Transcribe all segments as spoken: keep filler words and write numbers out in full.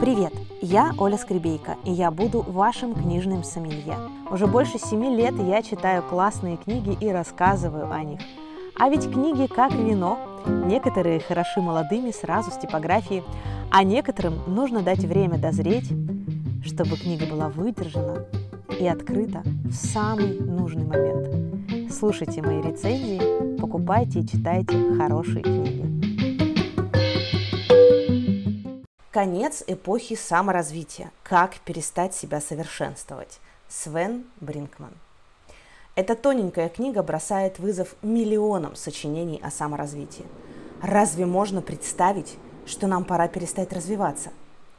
Привет, я Оля Скребейко, и я буду вашим книжным сомелье. Уже больше семи лет я читаю классные книги и рассказываю о них. А ведь книги как вино. Некоторые хороши молодыми сразу с типографии, а некоторым нужно дать время дозреть, чтобы книга была выдержана и открыта в самый нужный момент. Слушайте мои рецензии, покупайте и читайте хорошие книги. Конец эпохи саморазвития. Как перестать себя совершенствовать. Свен Бринкман. Эта тоненькая книга бросает вызов миллионам сочинений о саморазвитии. Разве можно представить, что нам пора перестать развиваться?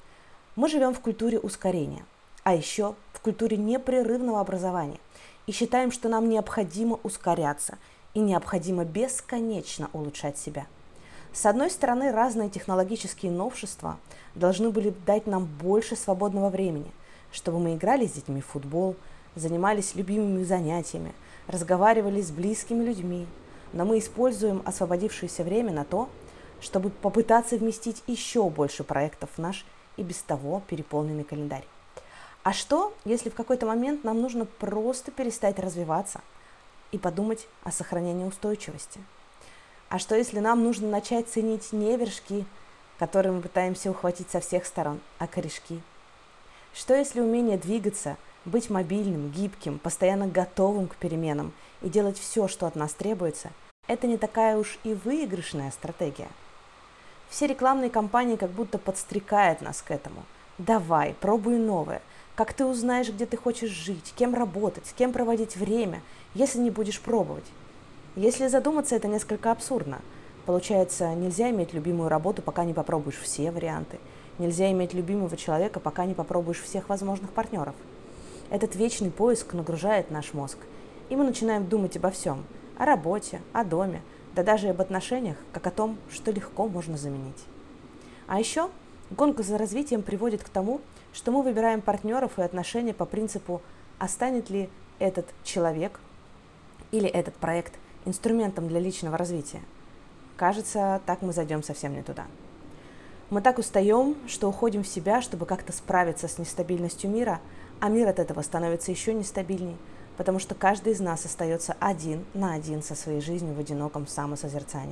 Мы живем в культуре ускорения, а еще в культуре непрерывного образования и считаем, что нам необходимо ускоряться и необходимо бесконечно улучшать себя. С одной стороны, разные технологические новшества должны были дать нам больше свободного времени, чтобы мы играли с детьми в футбол, занимались любимыми занятиями, разговаривали с близкими людьми, но мы используем освободившееся время на то, чтобы попытаться вместить еще больше проектов в наш и без того переполненный календарь. А что, если в какой-то момент нам нужно просто перестать развиваться и подумать о сохранении устойчивости? А что, если нам нужно начать ценить не вершки, которые мы пытаемся ухватить со всех сторон, а корешки? Что, если умение двигаться, быть мобильным, гибким, постоянно готовым к переменам и делать все, что от нас требуется, это не такая уж и выигрышная стратегия? Все рекламные кампании как будто подстрекают нас к этому. Давай, пробуй новое. Как ты узнаешь, где ты хочешь жить, кем работать, с кем проводить время, если не будешь пробовать? Если задуматься, это несколько абсурдно. Получается, нельзя иметь любимую работу, пока не попробуешь все варианты. Нельзя иметь любимого человека, пока не попробуешь всех возможных партнеров. Этот вечный поиск нагружает наш мозг. И мы начинаем думать обо всем. О работе, о доме, да даже и об отношениях, как о том, что легко можно заменить. А еще гонка за развитием приводит к тому, что мы выбираем партнеров и отношения по принципу, а станет ли этот человек или этот проект инструментом для личного развития. Кажется, так мы зайдем совсем не туда. Мы так устаем, что уходим в себя, чтобы как-то справиться с нестабильностью мира, а мир от этого становится еще нестабильней, потому что каждый из нас остается один на один со своей жизнью в одиноком самосозерцании.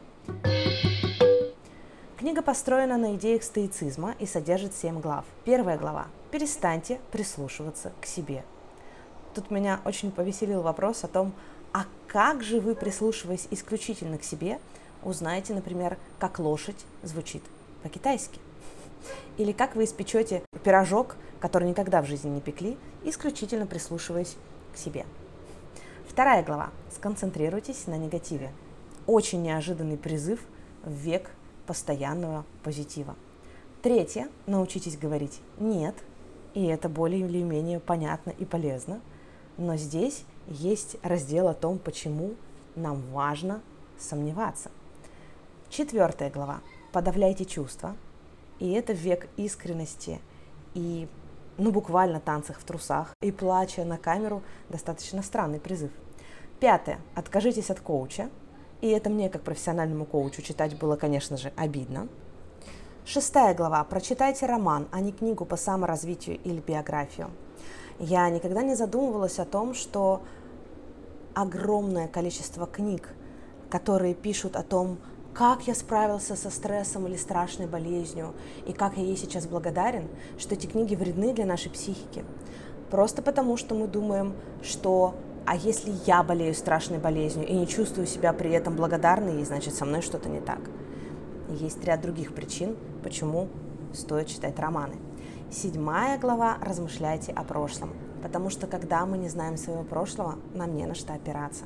Книга построена на идеях стоицизма и содержит семь глав. Первая глава – «Перестаньте прислушиваться к себе». Тут меня очень повеселил вопрос о том, а как же вы, прислушиваясь исключительно к себе, узнаете, например, как лошадь звучит по-китайски? Или как вы испечете пирожок, который никогда в жизни не пекли, исключительно прислушиваясь к себе? Вторая глава. Сконцентрируйтесь на негативе. Очень неожиданный призыв в век постоянного позитива. Третье. Научитесь говорить «нет», и это более или менее понятно и полезно. Но здесь есть раздел о том, почему нам важно сомневаться. Четвертая глава. Подавляйте чувства. И это век искренности и, ну, буквально танцах в трусах и плача на камеру достаточно странный призыв. Пятое. Откажитесь от коуча. И это мне, как профессиональному коучу, читать было, конечно же, обидно. Шестая глава. Прочитайте роман, а не книгу по саморазвитию или биографию. Я никогда не задумывалась о том, что огромное количество книг, которые пишут о том, как я справился со стрессом или страшной болезнью, и как я ей сейчас благодарен, что эти книги вредны для нашей психики. Просто потому, что мы думаем, что а если я болею страшной болезнью и не чувствую себя при этом благодарной, значит, со мной что-то не так. И есть ряд других причин, почему стоит читать романы. Седьмая глава «Размышляйте о прошлом», потому что когда мы не знаем своего прошлого, нам не на что опираться.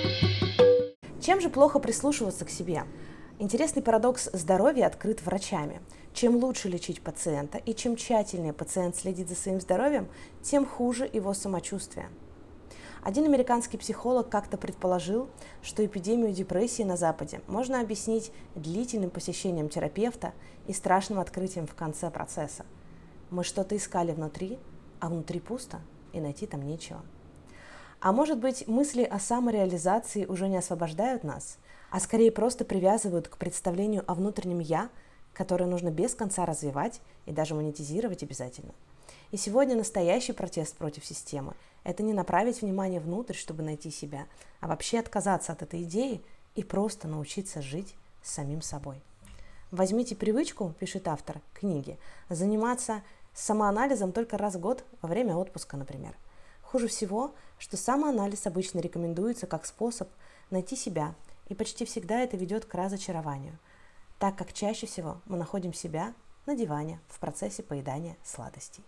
Чем же плохо прислушиваться к себе? Интересный парадокс здоровья открыт врачами. Чем лучше лечить пациента и чем тщательнее пациент следит за своим здоровьем, тем хуже его самочувствие. Один американский психолог как-то предположил, что эпидемию депрессии на Западе можно объяснить длительным посещением терапевта и страшным открытием в конце процесса. Мы что-то искали внутри, а внутри пусто, и найти там нечего. А может быть, мысли о самореализации уже не освобождают нас, а скорее просто привязывают к представлению о внутреннем «я», которые нужно без конца развивать и даже монетизировать обязательно. И сегодня настоящий протест против системы – это не направить внимание внутрь, чтобы найти себя, а вообще отказаться от этой идеи и просто научиться жить с самим собой. Возьмите привычку, пишет автор книги, заниматься самоанализом только раз в год во время отпуска, например. Хуже всего, что самоанализ обычно рекомендуется как способ найти себя, и почти всегда это ведет к разочарованию, так как чаще всего мы находим себя на диване в процессе поедания сладостей.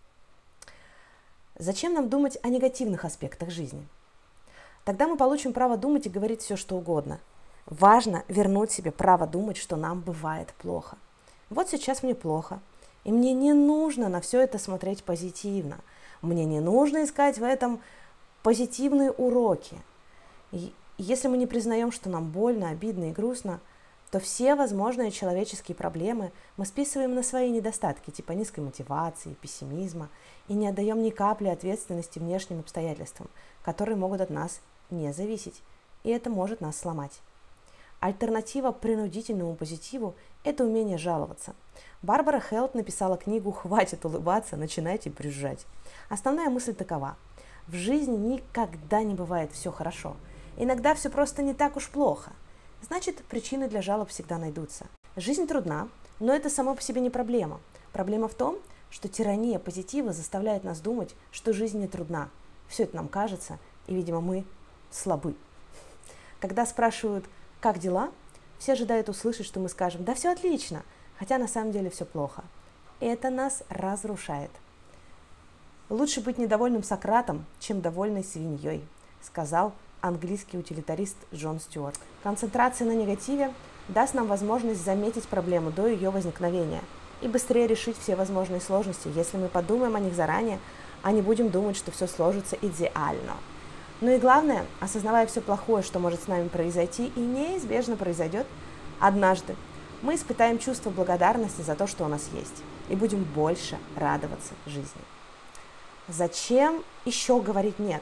Зачем нам думать о негативных аспектах жизни? Тогда мы получим право думать и говорить все, что угодно. Важно вернуть себе право думать, что нам бывает плохо. Вот сейчас мне плохо, и мне не нужно на все это смотреть позитивно. Мне не нужно искать в этом позитивные уроки. И если мы не признаем, что нам больно, обидно и грустно, то все возможные человеческие проблемы мы списываем на свои недостатки, типа низкой мотивации, пессимизма, и не отдаем ни капли ответственности внешним обстоятельствам, которые могут от нас не зависеть, и это может нас сломать. Альтернатива принудительному позитиву – это умение жаловаться. Барбара Хелт написала книгу «Хватит улыбаться, начинайте брюзжать». Основная мысль такова: в жизни никогда не бывает все хорошо. Иногда все просто не так уж плохо. Значит, причины для жалоб всегда найдутся. Жизнь трудна, но это само по себе не проблема. Проблема в том, что тирания позитива заставляет нас думать, что жизнь не трудна. Все это нам кажется, и, видимо, мы слабы. Когда спрашивают «как дела?», все ожидают услышать, что мы скажем «да все отлично», хотя на самом деле все плохо. Это нас разрушает. «Лучше быть недовольным Сократом, чем довольной свиньей», сказал английский утилитарист Джон Стюарт. Концентрация на негативе даст нам возможность заметить проблему до ее возникновения и быстрее решить все возможные сложности, если мы подумаем о них заранее, а не будем думать, что все сложится идеально. Ну и главное, осознавая все плохое, что может с нами произойти и неизбежно произойдет, однажды мы испытаем чувство благодарности за то, что у нас есть, и будем больше радоваться жизни. Зачем еще говорить «нет»?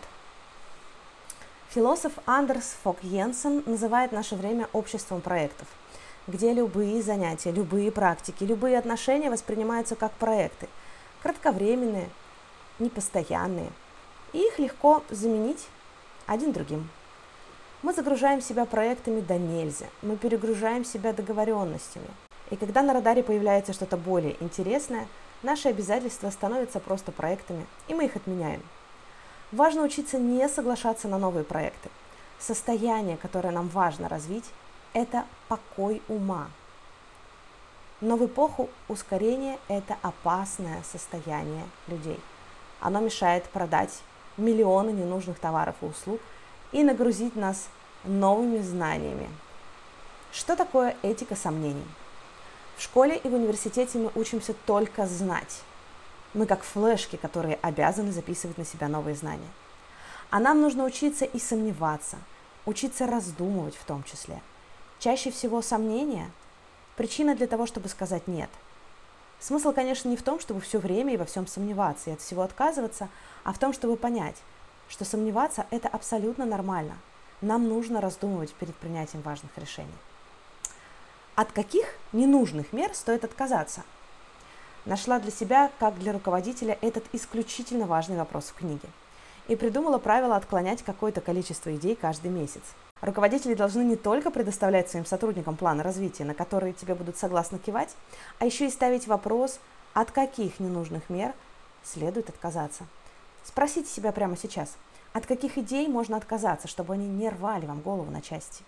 Философ Андерс Фок Йенсен называет наше время обществом проектов, где любые занятия, любые практики, любые отношения воспринимаются как проекты, кратковременные, непостоянные, и их легко заменить один другим. Мы загружаем себя проектами до нельзя, мы перегружаем себя договоренностями, и когда на радаре появляется что-то более интересное, наши обязательства становятся просто проектами, и мы их отменяем. Важно учиться не соглашаться на новые проекты. Состояние, которое нам важно развить, это покой ума. Но в эпоху ускорения это опасное состояние людей. Оно мешает продать миллионы ненужных товаров и услуг и нагрузить нас новыми знаниями. Что такое этика сомнений? В школе и в университете мы учимся только знать. Мы как флешки, которые обязаны записывать на себя новые знания. А нам нужно учиться и сомневаться, учиться раздумывать в том числе. Чаще всего сомнения – причина для того, чтобы сказать «нет». Смысл, конечно, не в том, чтобы все время и во всем сомневаться и от всего отказываться, а в том, чтобы понять, что сомневаться – это абсолютно нормально. Нам нужно раздумывать перед принятием важных решений. От каких ненужных мер стоит отказаться? Нашла для себя, как для руководителя, этот исключительно важный вопрос в книге. И придумала правило отклонять какое-то количество идей каждый месяц. Руководители должны не только предоставлять своим сотрудникам планы развития, на которые тебе будут согласно кивать, а еще и ставить вопрос, от каких ненужных мер следует отказаться. Спросите себя прямо сейчас, от каких идей можно отказаться, чтобы они не рвали вам голову на части.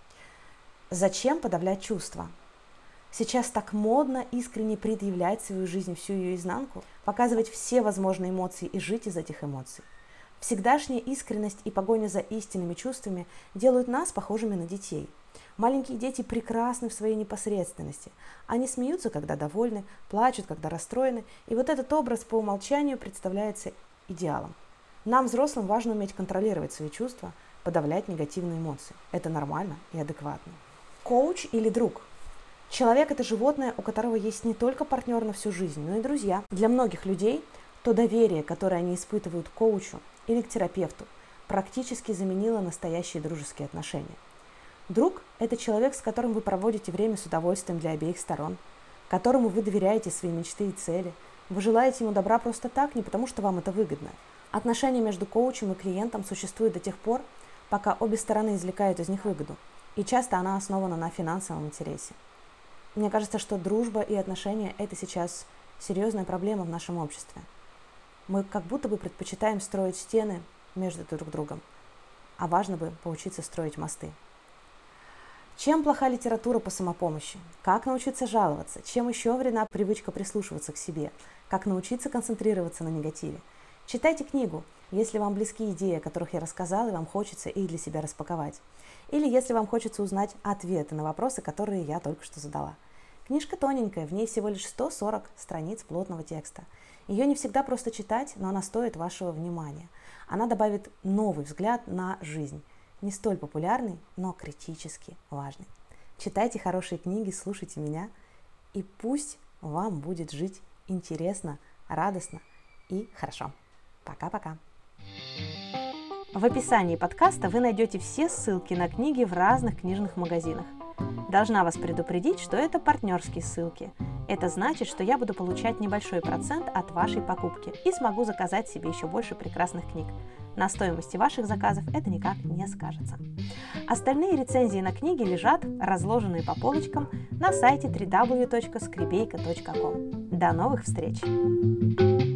Зачем подавлять чувства? Сейчас так модно искренне предъявлять свою жизнь, всю ее изнанку, показывать все возможные эмоции и жить из этих эмоций. Всегдашняя искренность и погоня за истинными чувствами делают нас похожими на детей. Маленькие дети прекрасны в своей непосредственности. Они смеются, когда довольны, плачут, когда расстроены, и вот этот образ по умолчанию представляется идеалом. Нам, взрослым, важно уметь контролировать свои чувства, подавлять негативные эмоции. Это нормально и адекватно. Коуч или друг? Человек – это животное, у которого есть не только партнер на всю жизнь, но и друзья. Для многих людей то доверие, которое они испытывают к коучу или к терапевту, практически заменило настоящие дружеские отношения. Друг – это человек, с которым вы проводите время с удовольствием для обеих сторон. которому вы доверяете свои мечты и цели. Вы желаете ему добра просто так, не потому что вам это выгодно. Отношения между коучем и клиентом существуют до тех пор, пока обе стороны извлекают из них выгоду. И часто она основана на финансовом интересе. Мне кажется, что дружба и отношения – это сейчас серьезная проблема в нашем обществе. Мы как будто бы предпочитаем строить стены между друг другом, а важно бы поучиться строить мосты. Чем плоха литература по самопомощи? Как научиться жаловаться? Чем еще вредна привычка прислушиваться к себе? Как научиться концентрироваться на негативе? Читайте книгу, если вам близки идеи, о которых я рассказала, и вам хочется их для себя распаковать. Или если вам хочется узнать ответы на вопросы, которые я только что задала. Книжка тоненькая, в ней всего лишь сто сорок страниц плотного текста. Ее не всегда просто читать, но она стоит вашего внимания. Она добавит новый взгляд на жизнь. Не столь популярный, но критически важный. Читайте хорошие книги, слушайте меня, и пусть вам будет жить интересно, радостно и хорошо. Пока-пока. В описании подкаста вы найдете все ссылки на книги в разных книжных магазинах. Должна вас предупредить, что это партнерские ссылки. Это значит, что я буду получать небольшой процент от вашей покупки и смогу заказать себе еще больше прекрасных книг. На стоимости ваших заказов это никак не скажется. Остальные рецензии на книги лежат, разложенные по полочкам, на сайте дабл ю дабл ю дабл ю точка скребейка точка ком. До новых встреч!